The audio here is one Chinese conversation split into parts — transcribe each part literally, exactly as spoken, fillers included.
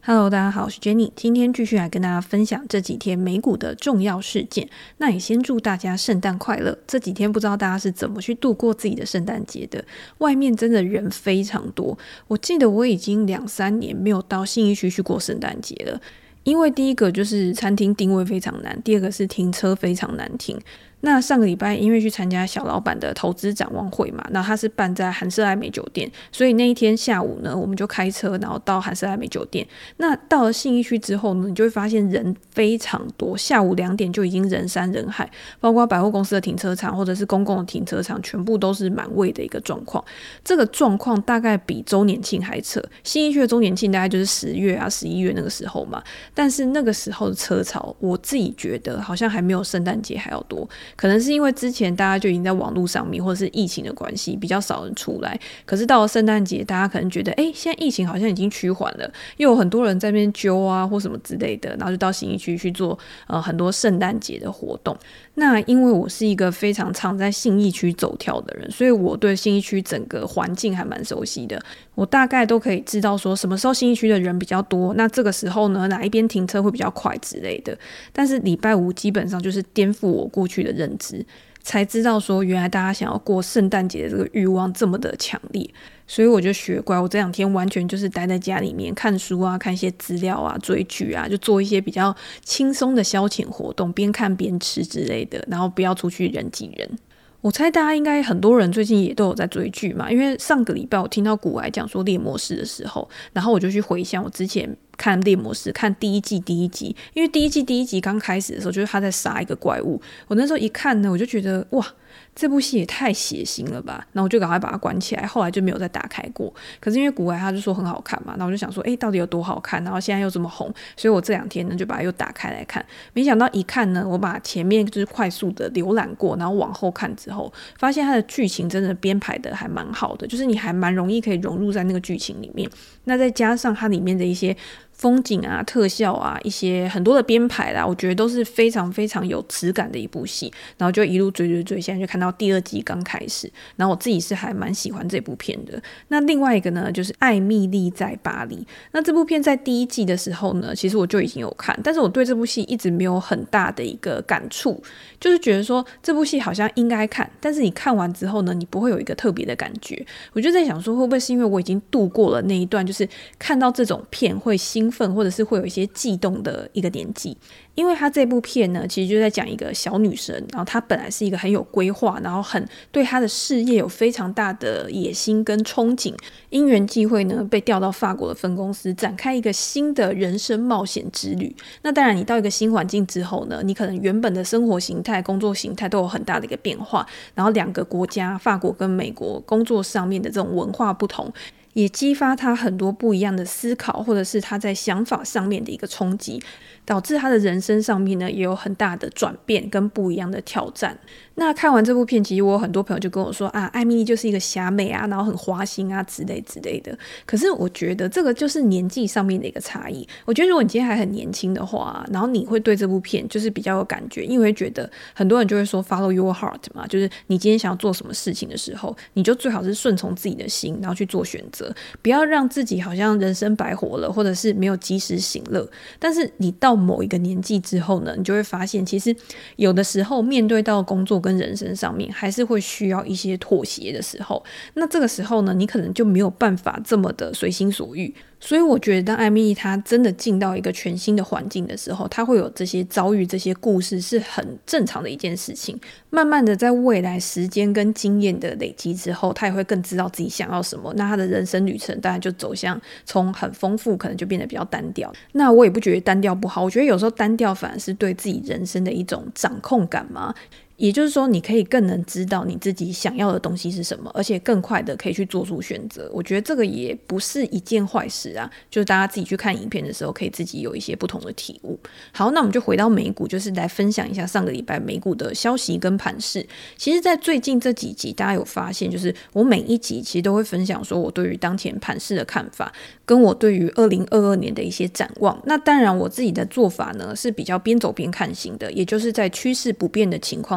Hello， 大家好，我是 Jenny， 今天继续来跟大家分享这几天美股的重要事件。那也先祝大家圣诞快乐。这几天不知道大家是怎么去度过自己的圣诞节的？外面真的人非常多，我记得我已经两三年没有到信义区去过圣诞节了。因为第一个就是餐厅定位非常难，第二个是停车非常难停。那上个礼拜因为去参加小老板的投资展望会嘛，那他是办在韩舍爱美酒店，所以那一天下午呢，我们就开车然后到韩舍爱美酒店。那到了信义区之后呢，你就会发现人非常多，下午两点就已经人山人海，包括百货公司的停车场或者是公共的停车场，全部都是满位的一个状况。这个状况大概比周年庆还扯，信义区的周年庆大概就是十月啊十一月那个时候嘛，但是那个时候的车潮，我自己觉得好像还没有圣诞节还要多。可能是因为之前大家就已经在网络上面，或者是疫情的关系，比较少人出来。可是到了圣诞节，大家可能觉得，哎，现在疫情好像已经趋缓了，又有很多人在那边揪啊，或什么之类的，然后就到信义区去做呃很多圣诞节的活动。那因为我是一个非常常在信义区走跳的人，所以我对信义区整个环境还蛮熟悉的。我大概都可以知道说什么时候信义区的人比较多，那这个时候呢，哪一边停车会比较快之类的。但是礼拜五基本上就是颠覆我过去的认知，才知道说原来大家想要过圣诞节的这个欲望这么的强烈。所以我就学乖，我这两天完全就是待在家里面看书啊，看一些资料啊，追剧啊，就做一些比较轻松的消遣活动，边看边吃之类的，然后不要出去人挤人。我猜大家应该很多人最近也都有在追剧嘛，因为上个礼拜我听到古来讲说猎魔士的时候，然后我就去回想我之前看猎魔士看第一季第一集，因为第一季第一集刚开始的时候就是他在杀一个怪物，我那时候一看呢，我就觉得哇，这部戏也太血腥了吧，然后我就赶快把它关起来，后来就没有再打开过。可是因为古来他就说很好看嘛，然后我就想说，哎，到底有多好看？然后现在又这么红，所以我这两天呢就把它又打开来看。没想到一看呢，我把前面就是快速的浏览过，然后往后看之后，发现它的剧情真的编排的还蛮好的，就是你还蛮容易可以融入在那个剧情里面。那再加上它里面的一些风景啊、特效啊，一些很多的编排啦，我觉得都是非常非常有质感的一部戏，然后就一路追追追，现在就看到第二季刚开始，然后我自己是还蛮喜欢这部片的。那另外一个呢，就是《艾蜜莉在巴黎》。那这部片在第一季的时候呢，其实我就已经有看，但是我对这部戏一直没有很大的一个感触，就是觉得说这部戏好像应该看，但是你看完之后呢，你不会有一个特别的感觉。我就在想说，会不会是因为我已经度过了那一段，就是看到这种片会兴奋或者是会有一些悸动的一个年纪。因为他这部片呢，其实就在讲一个小女生，然后她本来是一个很有规划，然后很对她的事业有非常大的野心跟憧憬，因缘际会呢被调到法国的分公司，展开一个新的人生冒险之旅。那当然你到一个新环境之后呢，你可能原本的生活形态、工作形态都有很大的一个变化，然后两个国家法国跟美国工作上面的这种文化不同，也激发他很多不一样的思考，或者是他在想法上面的一个冲击，导致他的人生上面呢也有很大的转变跟不一样的挑战。那看完这部片，其实我有很多朋友就跟我说啊，艾蜜莉就是一个侠美啊，然后很花心啊之类之类的。可是我觉得这个就是年纪上面的一个差异。我觉得如果你今天还很年轻的话，然后你会对这部片就是比较有感觉，因为会觉得很多人就会说 follow your heart 嘛，就是你今天想要做什么事情的时候，你就最好是顺从自己的心，然后去做选择，不要让自己好像人生白活了，或者是没有及时行乐。但是你到某一个年纪之后呢，你就会发现其实有的时候面对到工作跟人生上面还是会需要一些妥协的时候，那这个时候呢，你可能就没有办法这么的随心所欲。所以我觉得当艾蜜莉她真的进到一个全新的环境的时候，她会有这些遭遇，这些故事是很正常的一件事情。慢慢的在未来时间跟经验的累积之后，她也会更知道自己想要什么，那她的人生旅程当然就走向从很丰富可能就变得比较单调。那我也不觉得单调不好，我觉得有时候单调反而是对自己人生的一种掌控感嘛。也就是说你可以更能知道你自己想要的东西是什么，而且更快的可以去做出选择。我觉得这个也不是一件坏事啊，就是大家自己去看影片的时候可以自己有一些不同的体悟。好，那我们就回到美股，就是来分享一下上个礼拜美股的消息跟盘势。其实在最近这几集大家有发现，就是我每一集其实都会分享说我对于当前盘势的看法，跟我对于二零二二年的一些展望。那当然我自己的做法呢是比较边走边看型的，也就是在趋势不变的情况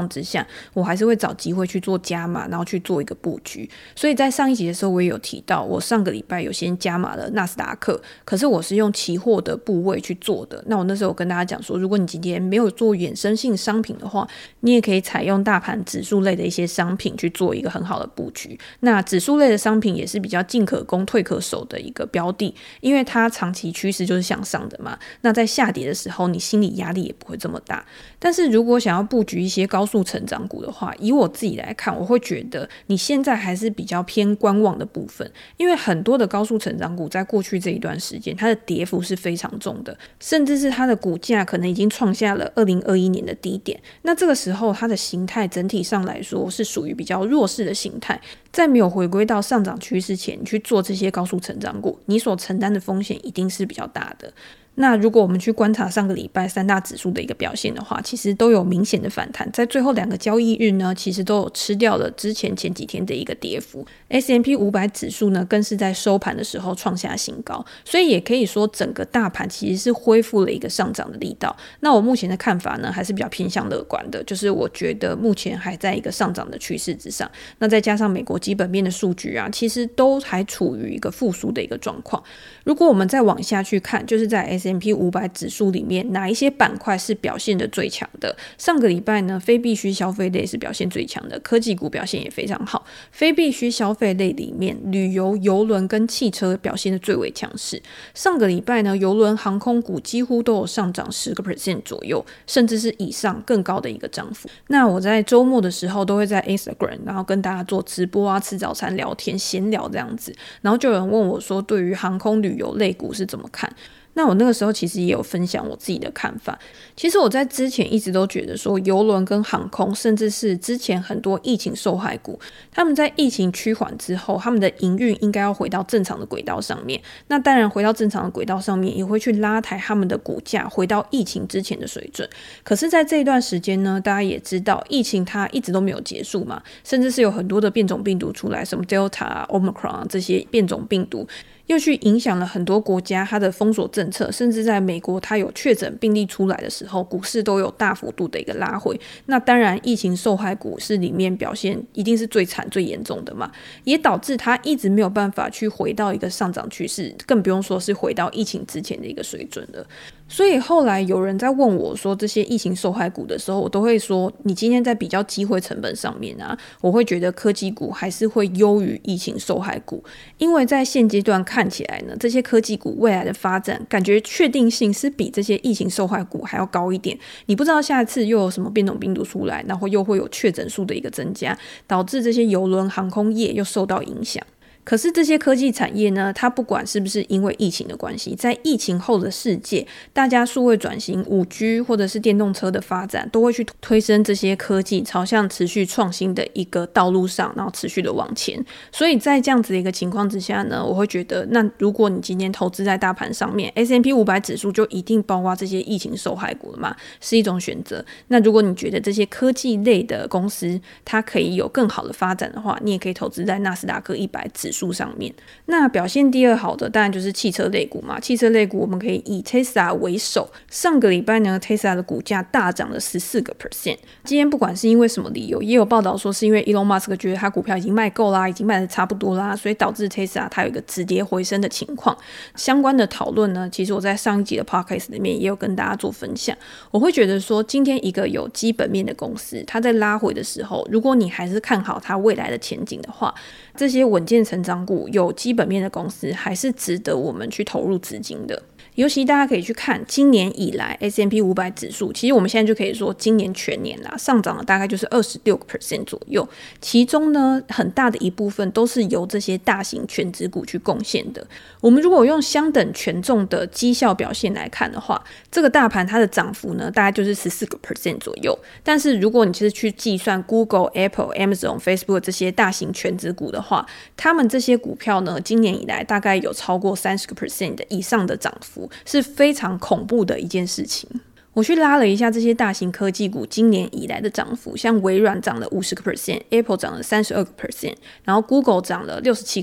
之下，我还是会找机会去做加码，然后去做一个布局。所以在上一集的时候我也有提到，我上个礼拜有先加码了纳斯达克，可是我是用期货的部位去做的。那我那时候有跟大家讲说，如果你今天没有做衍生性商品的话，你也可以采用大盘指数类的一些商品去做一个很好的布局。那指数类的商品也是比较进可攻退可守的一个标的，因为它长期趋势就是向上的嘛，那在下跌的时候你心理压力也不会这么大。但是如果想要布局一些高速成长股的话，以我自己来看，我会觉得你现在还是比较偏观望的部分，因为很多的高速成长股在过去这一段时间它的跌幅是非常重的，甚至是它的股价可能已经创下了二零二一年的低点。那这个时候它的形态整体上来说是属于比较弱势的形态，在没有回归到上涨趋势前，你去做这些高速成长股，你所承担的风险一定是比较大的。那如果我们去观察上个礼拜三大指数的一个表现的话，其实都有明显的反弹，在最后两个交易日呢，其实都有吃掉了之前前几天的一个跌幅。 S and P 五百 指数呢更是在收盘的时候创下新高，所以也可以说整个大盘其实是恢复了一个上涨的力道。那我目前的看法呢还是比较偏向乐观的，就是我觉得目前还在一个上涨的趋势之上，那再加上美国基本面的数据啊，其实都还处于一个复苏的一个状况。如果我们再往下去看，就是在 S and P 五百 指数里面哪一些板块是表现的最强的。上个礼拜呢，非必需消费类是表现最强的，科技股表现也非常好。非必需消费类里面，旅游、邮轮跟汽车表现的最为强势。上个礼拜呢，邮轮航空股几乎都有上涨 百分之十 左右，甚至是以上更高的一个涨幅。那我在周末的时候都会在 Instagram 然后跟大家做直播啊，吃早餐聊天闲聊这样子，然后就有人问我说对于航空旅游类股是怎么看。那我那个时候其实也有分享我自己的看法。其实我在之前一直都觉得说，邮轮跟航空，甚至是之前很多疫情受害股，他们在疫情趋缓之后，他们的营运应该要回到正常的轨道上面。那当然回到正常的轨道上面，也会去拉抬他们的股价回到疫情之前的水准。可是在这一段时间呢，大家也知道疫情它一直都没有结束嘛，甚至是有很多的变种病毒出来，什么 Delta 啊、Omicron 啊这些变种病毒又去影响了很多国家它的封锁政策，甚至在美国它有确诊病例出来的时候，股市都有大幅度的一个拉回。那当然疫情受害股市里面表现一定是最惨最严重的嘛，也导致它一直没有办法去回到一个上涨趋势，更不用说是回到疫情之前的一个水准了。所以后来有人在问我说这些疫情受害股的时候，我都会说你今天在比较机会成本上面啊，我会觉得科技股还是会优于疫情受害股。因为在现阶段看起来呢，这些科技股未来的发展感觉确定性是比这些疫情受害股还要高一点。你不知道下次又有什么变种病毒出来，然后又会有确诊数的一个增加，导致这些邮轮航空业又受到影响。可是这些科技产业呢，它不管是不是因为疫情的关系，在疫情后的世界，大家数位转型 五 G 或者是电动车的发展，都会去推升这些科技朝向持续创新的一个道路上，然后持续的往前。所以在这样子的一个情况之下呢，我会觉得那如果你今天投资在大盘上面， S and P 五百 指数就一定包括这些疫情受害股了嘛，是一种选择。那如果你觉得这些科技类的公司它可以有更好的发展的话，你也可以投资在纳斯达克一百指数上面。那表现第二好的当然就是汽车类股嘛，汽车类股我们可以以 Tesla 为首。上个礼拜呢 Tesla 的股价大涨了 百分之十四。 今天不管是因为什么理由，也有报道说是因为 Elon Musk 觉得他股票已经卖够啦，已经卖的差不多啦，所以导致 Tesla 它有一个止跌回升的情况。相关的讨论呢，其实我在上一集的 podcast 里面也有跟大家做分享。我会觉得说今天一个有基本面的公司，它在拉回的时候，如果你还是看好它未来的前景的话，这些稳健成长股有基本面的公司还是值得我们去投入资金的。尤其大家可以去看今年以来 S and P 五百 指数，其实我们现在就可以说今年全年啦上涨了大概就是 百分之二十六 左右，其中呢很大的一部分都是由这些大型权值股去贡献的。我们如果用相等权重的绩效表现来看的话，这个大盘它的涨幅呢大概就是 百分之十四 左右，但是如果你其实去计算 Google、Apple、Amazon、Facebook 这些大型权值股的话，他们这些股票呢今年以来大概有超过 百分之三十 的以上的涨幅，是非常恐怖的一件事情。 我去拉了一下这些大型科技股今年以来的涨幅，像微软涨了 百分之五十 Apple 涨了 百分之三十二 然后 Google 涨了 百分之六十七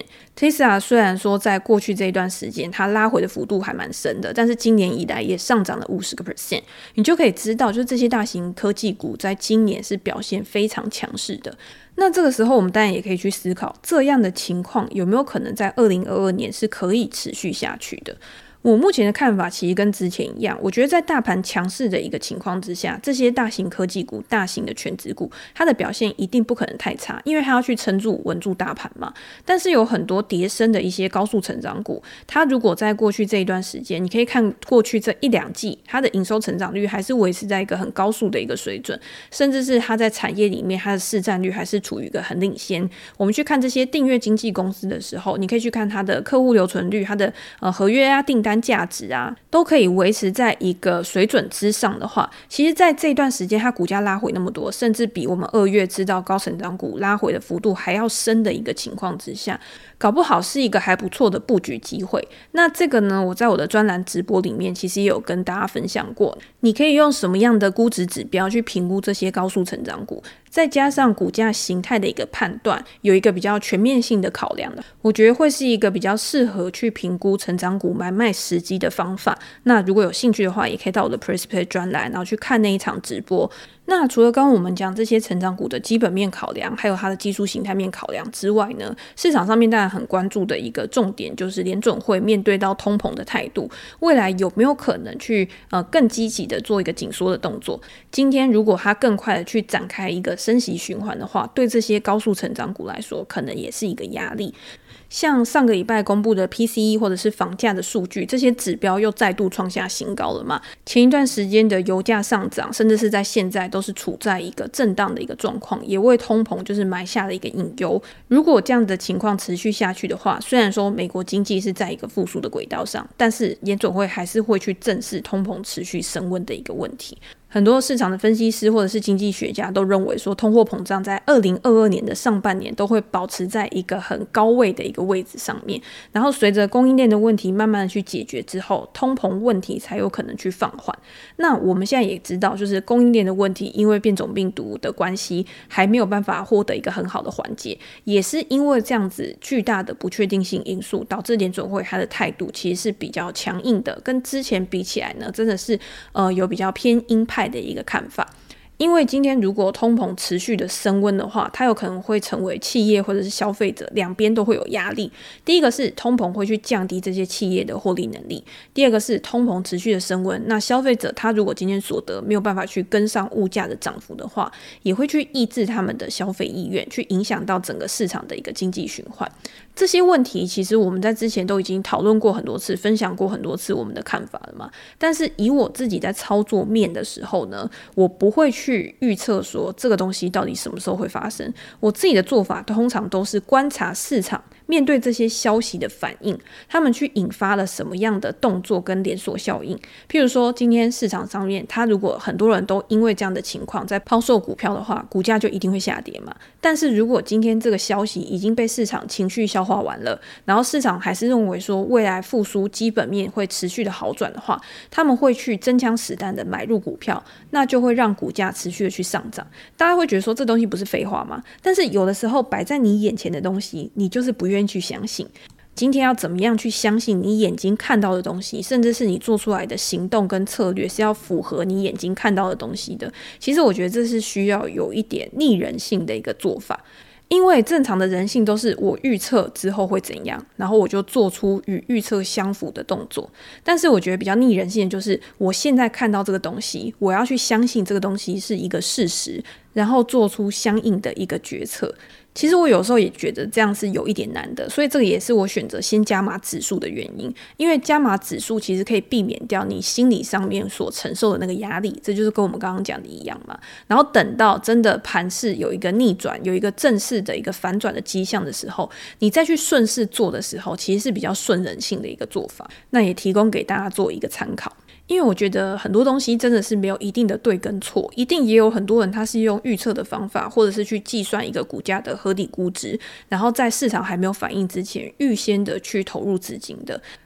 Tesla 虽然说在过去这一段时间它拉回的幅度还蛮深的，但是今年以来也上涨了 百分之五十， 你就可以知道就是这些大型科技股在今年是表现非常强势的。那这个时候我们当然也可以去思考，这样的情况有没有可能在二零二二年是可以持续下去的。我目前的看法其实跟之前一样，我觉得在大盘强势的一个情况之下，这些大型科技股、大型的权值股，它的表现一定不可能太差，因为它要去撑住、稳住大盘嘛。但是有很多跌升的一些高速成长股，它如果在过去这一段时间，你可以看过去这一两季，它的营收成长率还是维持在一个很高速的一个水准，甚至是它在产业里面它的市占率还是处于一个很领先。我们去看这些订阅经纪公司的时候，你可以去看它的客户留存率、它的呃合约啊、订单价值啊，都可以维持在一个水准之上的话，其实在这段时间它股价拉回那么多，甚至比我们二月知道高成长股拉回的幅度还要深的一个情况之下，搞不好是一个还不错的布局机会。那这个呢，我在我的专栏直播里面其实也有跟大家分享过，你可以用什么样的估值指标去评估这些高速成长股，再加上股价形态的一个判断，有一个比较全面性的考量的，我觉得会是一个比较适合去评估成长股买卖时机的方法。那如果有兴趣的话，也可以到我的 Pressplay 专栏，然后去看那一场直播。那除了刚刚我们讲这些成长股的基本面考量，还有它的技术形态面考量之外呢，市场上面当然很关注的一个重点就是联准会面对到通膨的态度，未来有没有可能去呃更积极的做一个紧缩的动作。今天如果它更快的去展开一个升息循环的话，对这些高速成长股来说可能也是一个压力。像上个礼拜公布的 P C E 或者是房价的数据，这些指标又再度创下新高了嘛。前一段时间的油价上涨，甚至是在现在都是处在一个震荡的一个状况，也为通膨就是埋下了一个隐忧。如果这样的情况持续下去的话，虽然说美国经济是在一个复苏的轨道上，但是联准会还是会去正视通膨持续升温的一个问题。很多市场的分析师或者是经济学家都认为说，通货膨胀在二零二二年的上半年都会保持在一个很高位的一个位置上面，然后随着供应链的问题慢慢的去解决之后，通膨问题才有可能去放缓。那我们现在也知道，就是供应链的问题因为变种病毒的关系还没有办法获得一个很好的缓解，也是因为这样子巨大的不确定性因素，导致联准会它的态度其实是比较强硬的，跟之前比起来呢，真的是呃有比较偏鹰派的一个看法。因为今天如果通膨持续的升温的话，它有可能会成为企业或者是消费者两边都会有压力。第一个是通膨会去降低这些企业的获利能力，第二个是通膨持续的升温，那消费者他如果今天所得没有办法去跟上物价的涨幅的话，也会去抑制他们的消费意愿，去影响到整个市场的一个经济循环。这些问题其实我们在之前都已经讨论过很多次，分享过很多次我们的看法了嘛。但是以我自己在操作面的时候呢，我不会去预测说这个东西到底什么时候会发生。我自己的做法通常都是观察市场面对这些消息的反应，他们去引发了什么样的动作跟连锁效应。譬如说今天市场上面，他如果很多人都因为这样的情况在抛售股票的话，股价就一定会下跌嘛。但是如果今天这个消息已经被市场情绪消化完了，然后市场还是认为说未来复苏基本面会持续的好转的话，他们会去真枪实弹的买入股票，那就会让股价持续的去上涨。大家会觉得说这东西不是废话吗？但是有的时候摆在你眼前的东西，你就是不愿意去相信。今天要怎么样去相信你眼睛看到的东西，甚至是你做出来的行动跟策略是要符合你眼睛看到的东西的。其实我觉得这是需要有一点逆人性的一个做法。因为正常的人性都是我预测之后会怎样，然后我就做出与预测相符的动作。但是我觉得比较逆人性的就是我现在看到这个东西，我要去相信这个东西是一个事实，然后做出相应的一个决策。其实我有时候也觉得这样是有一点难的，所以这个也是我选择先加码指数的原因。因为加码指数其实可以避免掉你心理上面所承受的那个压力，这就是跟我们刚刚讲的一样嘛。然后等到真的盘势有一个逆转，有一个正式的一个反转的迹象的时候，你再去顺势做的时候，其实是比较顺人性的一个做法。那也提供给大家做一个参考。因为我觉得很多东西真的是没有一定的对跟错，一定也有很多人他是用预测的方法，或者是去计算一个股价的合理估值，然后在市场还没有反应之前预先的去投入资金的。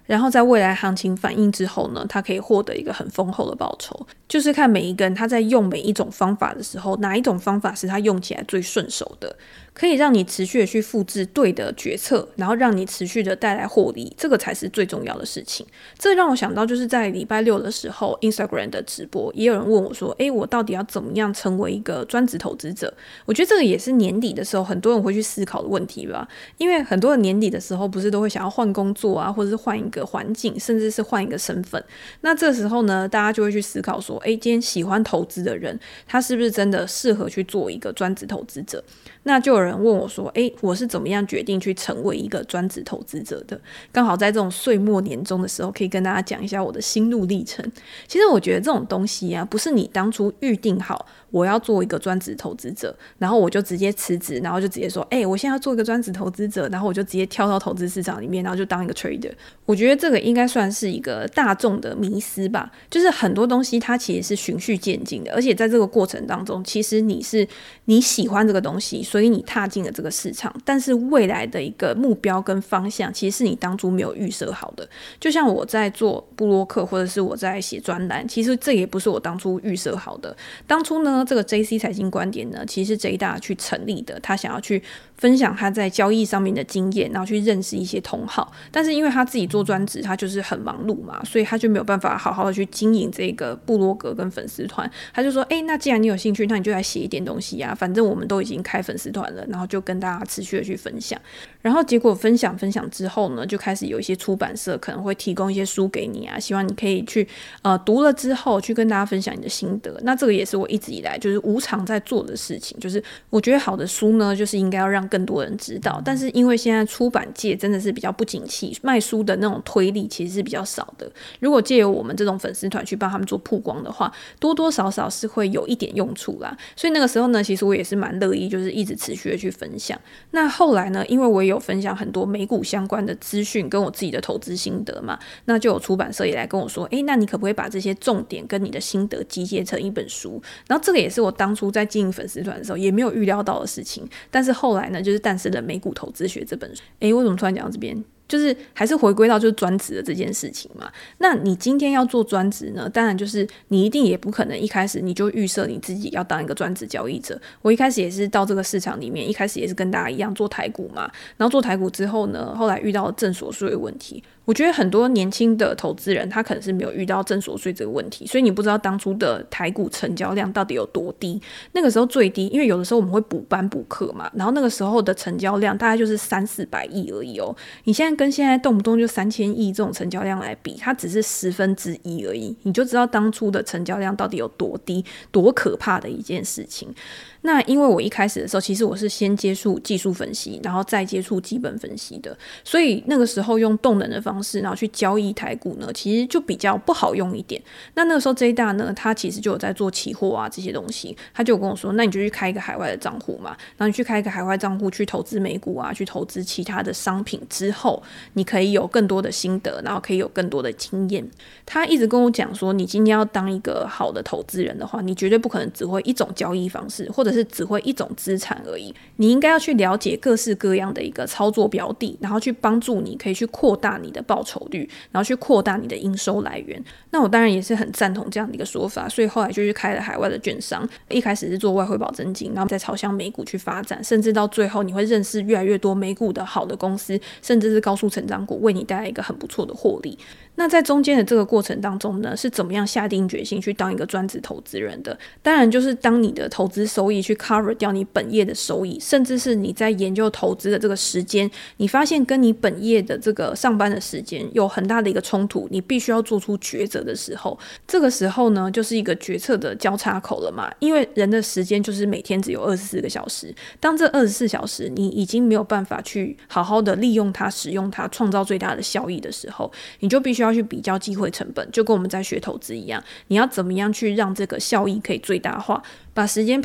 然后在未来行情反应之后呢，他可以获得一个很丰厚的报酬。就是看每一个人他在用每一种方法的时候，哪一种方法是他用起来最顺手的，可以让你持续的去复制对的决策，然后让你持续的带来获利，这个才是最重要的事情。这让我想到就是在礼拜六的时候 Instagram 的直播，也有人问我说诶，我到底要怎么样成为一个专职投资者？我觉得这个也是年底的时候很多人会去思考的问题吧。因为很多人年底的时候不是都会想要换工作啊，或者是换一个环境，甚至是换一个身份。那这时候呢，大家就会去思考说诶，今天喜欢投资的人他是不是真的适合去做一个专职投资者？那就有人问我说诶，我是怎么样决定去成为一个专职投资者的？刚好在这种岁末年终的时候可以跟大家讲一下我的心路历程。其实我觉得这种东西啊，不是你当初预定好我要做一个专职投资者，然后我就直接辞职，然后就直接说诶，我现在要做一个专职投资者，然后我就直接跳到投资市场里面，然后就当一个 trader。 我觉得这个应该算是一个大众的迷思吧，就是很多东西它其实是循序渐进的，而且在这个过程当中其实你是你喜欢这个东西，所以你踏进了这个市场，但是未来的一个目标跟方向其实是你当初没有预设好的。就像我在做部落客或者是我在写专栏，其实这也不是我当初预设好的。当初呢这个 J C 财经观点呢其实是 J 大去成立的，他想要去分享他在交易上面的经验，然后去认识一些同好，但是因为他自己做专职，他就是很忙碌嘛，所以他就没有办法好好的去经营这个部落格跟粉丝团。他就说诶，那既然你有兴趣，那你就来写一点东西啊，反正我们都已经开粉丝团了，然后就跟大家持续的去分享。然后结果分享分享之后呢，就开始有一些出版社可能会提供一些书给你啊，希望你可以去呃读了之后去跟大家分享你的心得。那这个也是我一直以来就是无偿在做的事情，就是我觉得好的书呢就是应该要让更多人知道，但是因为现在出版界真的是比较不景气，卖书的那种推力其实是比较少的。如果借由我们这种粉丝团去帮他们做曝光的话，多多少少是会有一点用处啦。所以那个时候呢，其实我也是蛮乐意就是一直持续的去分享。那后来呢，因为我也有分享很多美股相关的资讯跟我自己的投资心得嘛，那就有出版社也来跟我说诶，那你可不可以把这些重点跟你的心得集结成一本书？然后这个也是我当初在经营粉丝团的时候也没有预料到的事情。但是后来呢，就是诞生了美股投资学这本书。诶，为什么突然讲到这边？就是还是回归到就是专职的这件事情嘛。那你今天要做专职呢，当然就是你一定也不可能一开始你就预设你自己要当一个专职交易者。我一开始也是到这个市场里面，一开始也是跟大家一样做台股嘛，然后做台股之后呢，后来遇到了正所税的问题。我觉得很多年轻的投资人他可能是没有遇到正所税这个问题，所以你不知道当初的台股成交量到底有多低。那个时候最低，因为有的时候我们会补班补课嘛，然后那个时候的成交量大概就是三四百亿而已哦。你现在跟现在动不动就三千亿这种成交量来比，它只是十分之一而已，你就知道当初的成交量到底有多低，多可怕的一件事情。那因为我一开始的时候其实我是先接触技术分析，然后再接触基本分析的，所以那个时候用动能的方式然后去交易台股呢，其实就比较不好用一点。那那个时候 J 大呢，他其实就有在做期货啊这些东西，他就有跟我说那你就去开一个海外的账户嘛，然后你去开一个海外账户去投资美股啊，去投资其他的商品之后，你可以有更多的心得，然后可以有更多的经验。他一直跟我讲说，你今天要当一个好的投资人的话，你绝对不可能只会一种交易方式，或者是只会一种资产而已，你应该要去了解各式各样的一个操作标的，然后去帮助你可以去扩大你的报酬率，然后去扩大你的营收来源。那我当然也是很赞同这样的一个说法，所以后来就去开了海外的券商，一开始是做外汇保证金，然后再朝向美股去发展，甚至到最后你会认识越来越多美股的好的公司，甚至是高速成长股，为你带来一个很不错的获利。那在中间的这个过程当中呢，是怎么样下定决心去当一个专职投资人的？当然就是当你的投资收益去 cover 掉你本业的收益，甚至是你在研究投资的这个时间，你发现跟你本业的这个上班的时间有很大的一个冲突，你必须要做出抉择的时候，这个时候呢就是一个决策的交叉口了嘛。因为人的时间就是每天只有二十四个小时，当这二十四小时你已经没有办法去好好的利用它，使用它，创造最大的效益的时候，你就必须要去比较机会成本，就跟我们在学投资一样，你要怎么样去让这个效益可以最大化，把时间配置在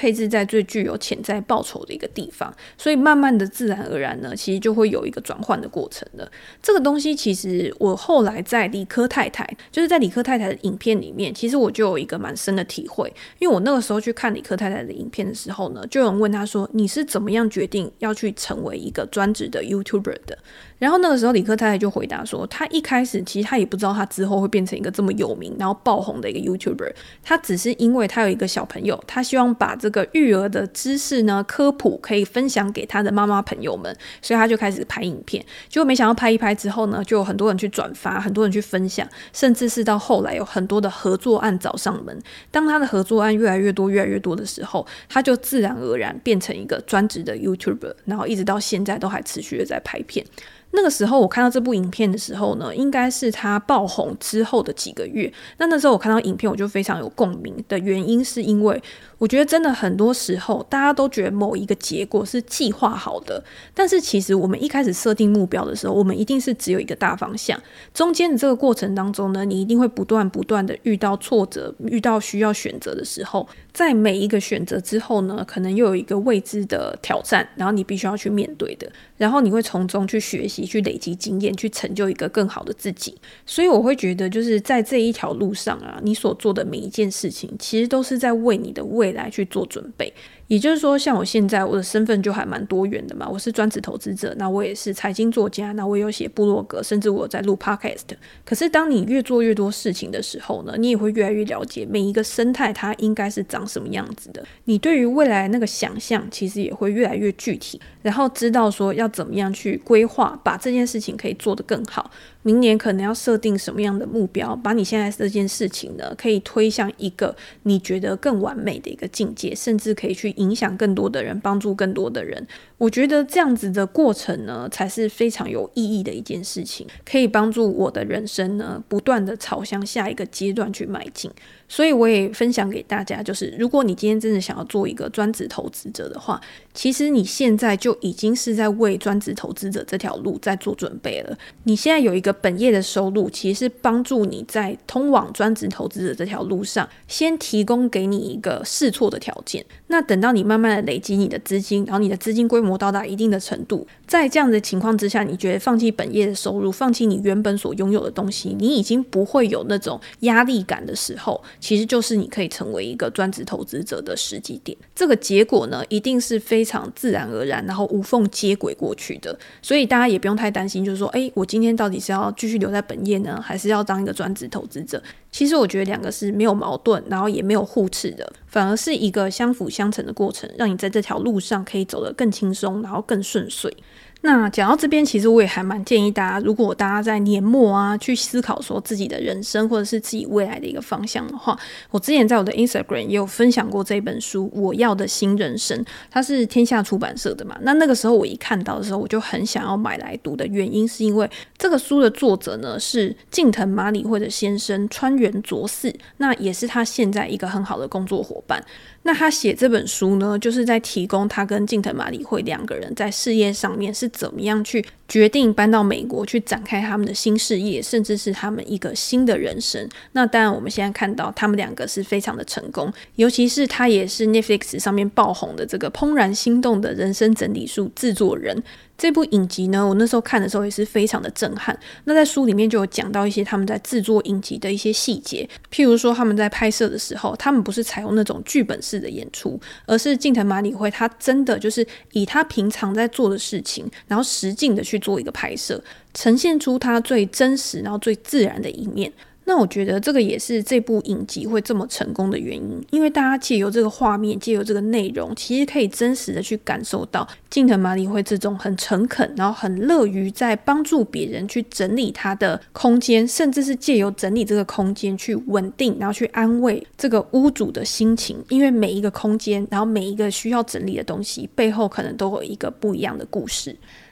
在最具有潜在报酬的一个地方，所以慢慢的自然而然呢，其实就会有一个转换的过程了。这个东西其实我后来在理科太太，就是在理科太太的影片里面，其实我就有一个蛮深的体会。因为我那个时候去看理科太太的影片的时候呢，就有人问他说，你是怎么样决定要去成为一个专职的 YouTuber 的？然后那个时候理科太太就回答说，他一开始其实他也不知道他之后会变成一个这么有名然后爆红的一个 YouTuber， 他只是因为他有一个小朋友，他希望把这个育儿的知识呢科普可以分享给他的妈妈朋友们，所以他就开始拍影片。结果没想到拍一拍之后呢，就有很多人去转发，很多人去分享，甚至是到后来有很多的合作案找上门。当他的合作案越来越多越来越多的时候，他就自然而然变成一个专职的 YouTuber， 然后一直到现在都还持续的在拍片。那个时候我看到这部影片的时候呢，应该是他爆红之后的几个月。那那时候我看到影片我就非常有共鸣的原因是因为我觉得真的很多时候大家都觉得某一个结果是计划好的，但是其实我们一开始设定目标的时候，我们一定是只有一个大方向，中间的这个过程当中呢，你一定会不断不断的遇到挫折，遇到需要选择的时候，在每一个选择之后呢，可能又有一个未知的挑战，然后你必须要去面对的，然后你会从中去学习，去累积经验，去成就一个更好的自己。所以我会觉得就是在这一条路上啊，你所做的每一件事情其实都是在为你的未来去做准备。也就是说，像我现在我的身份就还蛮多元的嘛，我是专职投资者，那我也是财经作家，那我也有写部落格，甚至我有在录 podcast。 可是当你越做越多事情的时候呢，你也会越来越了解每一个生态它应该是长什么样子的，你对于未来那个想象其实也会越来越具体，然后知道说要怎么样去规划，把这件事情可以做得更好，明年可能要设定什么样的目标，把你现在这件事情呢可以推向一个你觉得更完美的一个境界，甚至可以去影响更多的人，帮助更多的人。我觉得这样子的过程呢才是非常有意义的一件事情，可以帮助我的人生呢不断的朝向下一个阶段去迈进。所以我也分享给大家，就是如果你今天真的想要做一个专职投资者的话，其实你现在就已经是在为专职投资者这条路在做准备了。你现在有一个本业的收入，其实是帮助你在通往专职投资者这条路上先提供给你一个试错的条件。那等到你慢慢的累积你的资金，然后你的资金规模到达一定的程度，在这样的情况之下，你觉得放弃本业的收入，放弃你原本所拥有的东西，你已经不会有那种压力感的时候，其实就是你可以成为一个专职投资者的时机点。这个结果呢一定是非常自然而然，然后无缝接轨过去的。所以大家也不用太担心，就是说诶我今天到底是要继续留在本业呢，还是要当一个专职投资者。其实我觉得两个是没有矛盾，然后也没有互斥的，反而是一个相辅相成的过程，让你在这条路上可以走得更轻松，然后更顺遂。那讲到这边，其实我也还蛮建议大家，如果大家在年末啊去思考说自己的人生或者是自己未来的一个方向的话，我之前在我的 Instagram 也有分享过这本书《我要的新人生》，它是天下出版社的嘛。那那个时候我一看到的时候，我就很想要买来读的原因是因为这个书的作者呢是近藤麻里惠的先生川原卓四，那也是他现在一个很好的工作伙伴。那他写这本书呢，就是在提供他跟近藤麻里惠两个人在事业上面是怎么样去决定搬到美国去展开他们的新事业，甚至是他们一个新的人生。那当然我们现在看到他们两个是非常的成功，尤其是他也是 Netflix 上面爆红的这个怦然心动的人生整理术制作人。这部影集呢，我那时候看的时候也是非常的震撼。那在书里面就有讲到一些他们在制作影集的一些细节，譬如说他们在拍摄的时候，他们不是采用那种剧本式的演出，而是近藤麻里惠他真的就是以他平常在做的事情，然后实境的去做一个拍摄，呈现出他最真实然后最自然的一面。那我觉得这个也是这部影集会这么成功的原因，因为大家借由这个画面，借由这个内容，其实可以真实的去感受到近藤麻里惠这种很诚恳，然后很乐于在帮助别人去整理他的空间，甚至是借由整理这个空间去稳定，然后去安慰这个屋主的心情。因为每一个空间，然后每一个需要整理的东西背后可能都有一个不一样的故事。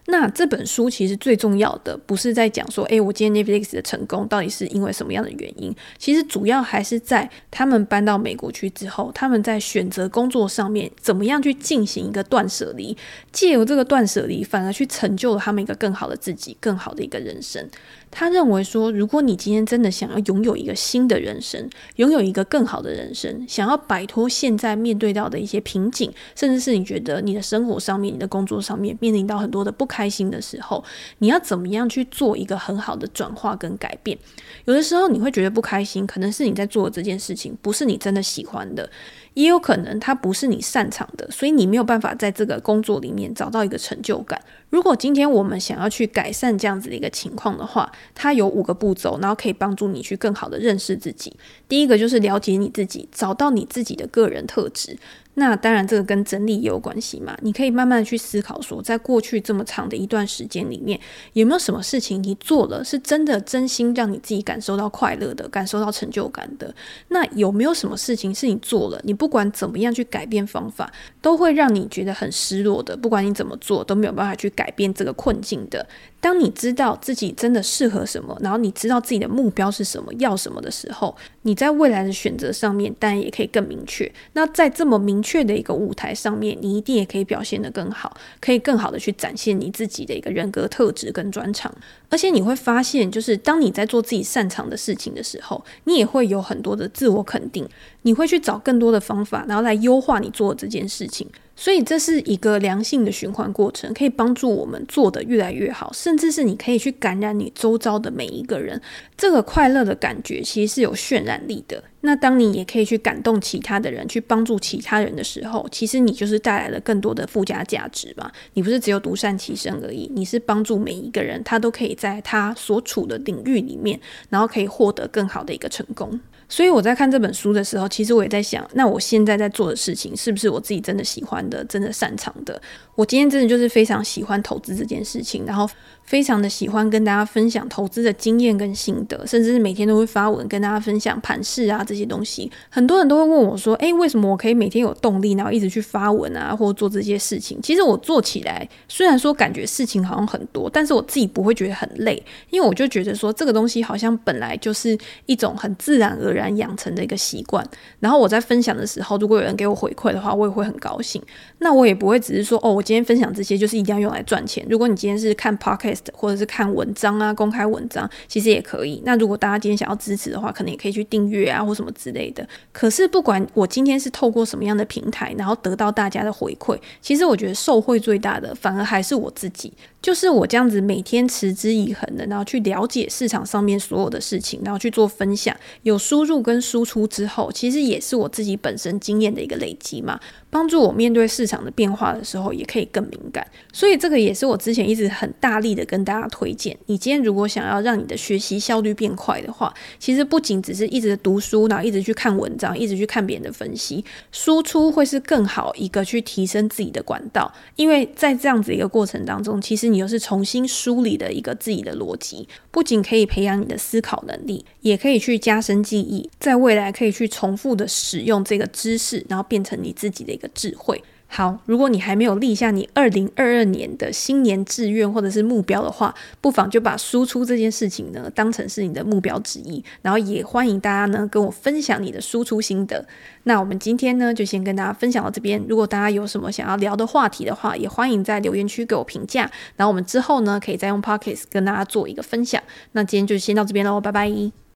那这本书其实最重要的不是在讲说诶我今天 Netflix 的成功到底是因为什么样的原因，其实主要还是在他们搬到美国去之后，他们在选择工作上面怎么样去进行一个断舍离，借由这个断舍离反而去成就了他们一个更好的自己，更好的一个人生。他认为说，如果你今天真的想要拥有一个新的人生，拥有一个更好的人生，想要摆脱现在面对到的一些瓶颈，甚至是你觉得你的生活上面，你的工作上面面临到很多的不开心的时候，你要怎么样去做一个很好的转化跟改变。有的时候你会觉得不开心，可能是你在做的这件事情不是你真的喜欢的，也有可能它不是你擅长的，所以你没有办法在这个工作里面找到一个成就感。如果今天我们想要去改善这样子的一个情况的话，它有五个步骤，然后可以帮助你去更好的认识自己。第一个就是了解你自己，找到你自己的个人特质。那当然这个跟整理也有关系嘛，你可以慢慢的去思考说，在过去这么长的一段时间里面，有没有什么事情你做了是真的真心让你自己感受到快乐的，感受到成就感的。那有没有什么事情是你做了，你不管怎么样去改变方法，都会让你觉得很失落的，不管你怎么做都没有办法去改变这个困境的。当你知道自己真的适合什么，然后你知道自己的目标是什么，要什么的时候，你在未来的选择上面当然也可以更明确。那在这么明确的一个舞台上面，你一定也可以表现得更好，可以更好的去展现你自己的一个人格特质跟专长。而且你会发现，就是当你在做自己擅长的事情的时候，你也会有很多的自我肯定，你会去找更多的方法，然后来优化你做的这件事情。所以这是一个良性的循环过程，可以帮助我们做得越来越好，甚至是你可以去感染你周遭的每一个人。这个快乐的感觉其实是有渲染力的。那当你也可以去感动其他的人，去帮助其他人的时候，其实你就是带来了更多的附加价值嘛。你不是只有独善其身而已，你是帮助每一个人，他都可以在他所处的领域里面，然后可以获得更好的一个成功。所以我在看这本书的时候，其实我也在想，那我现在在做的事情是不是我自己真的喜欢的，真的擅长的。我今天真的就是非常喜欢投资这件事情，然后非常的喜欢跟大家分享投资的经验跟心得，甚至是每天都会发文跟大家分享盘势啊这些东西。很多人都会问我说，诶，为什么我可以每天有动力，然后一直去发文啊，或者做这些事情？其实我做起来虽然说感觉事情好像很多，但是我自己不会觉得很累，因为我就觉得说这个东西好像本来就是一种很自然而然养成的一个习惯。然后我在分享的时候，如果有人给我回馈的话，我也会很高兴。那我也不会只是说，哦，我今天分享这些就是一定要用来赚钱。如果你今天是看 podcast 或者是看文章啊，公开文章，其实也可以。那如果大家今天想要支持的话，可能也可以去订阅啊或什么之类的。可是不管我今天是透过什么样的平台，然后得到大家的回馈，其实我觉得受惠最大的反而还是我自己。就是我这样子每天持之以恒的，然后去了解市场上面所有的事情，然后去做分享，有输入跟输出之后，其实也是我自己本身经验的一个累积嘛，帮助我面对市场的变化的时候也可以更敏感。所以这个也是我之前一直很大力的跟大家推荐，你今天如果想要让你的学习效率变快的话，其实不仅只是一直读书，然后一直去看文章，一直去看别人的分析，输出会是更好一个去提升自己的管道。因为在这样子一个过程当中，其实你又是重新梳理的一个自己的逻辑，不仅可以培养你的思考能力，也可以去加深记忆，在未来可以去重复的使用这个知识，然后变成你自己的一个智慧。好，如果你还没有立下你二零二二年的新年志愿或者是目标的话，不妨就把输出这件事情呢当成是你的目标之一，然后也欢迎大家呢跟我分享你的输出心得。那我们今天呢就先跟大家分享到这边，如果大家有什么想要聊的话题的话，也欢迎在留言区给我评价，然后我们之后呢可以再用 Podcast 跟大家做一个分享。那今天就先到这边咯，拜拜。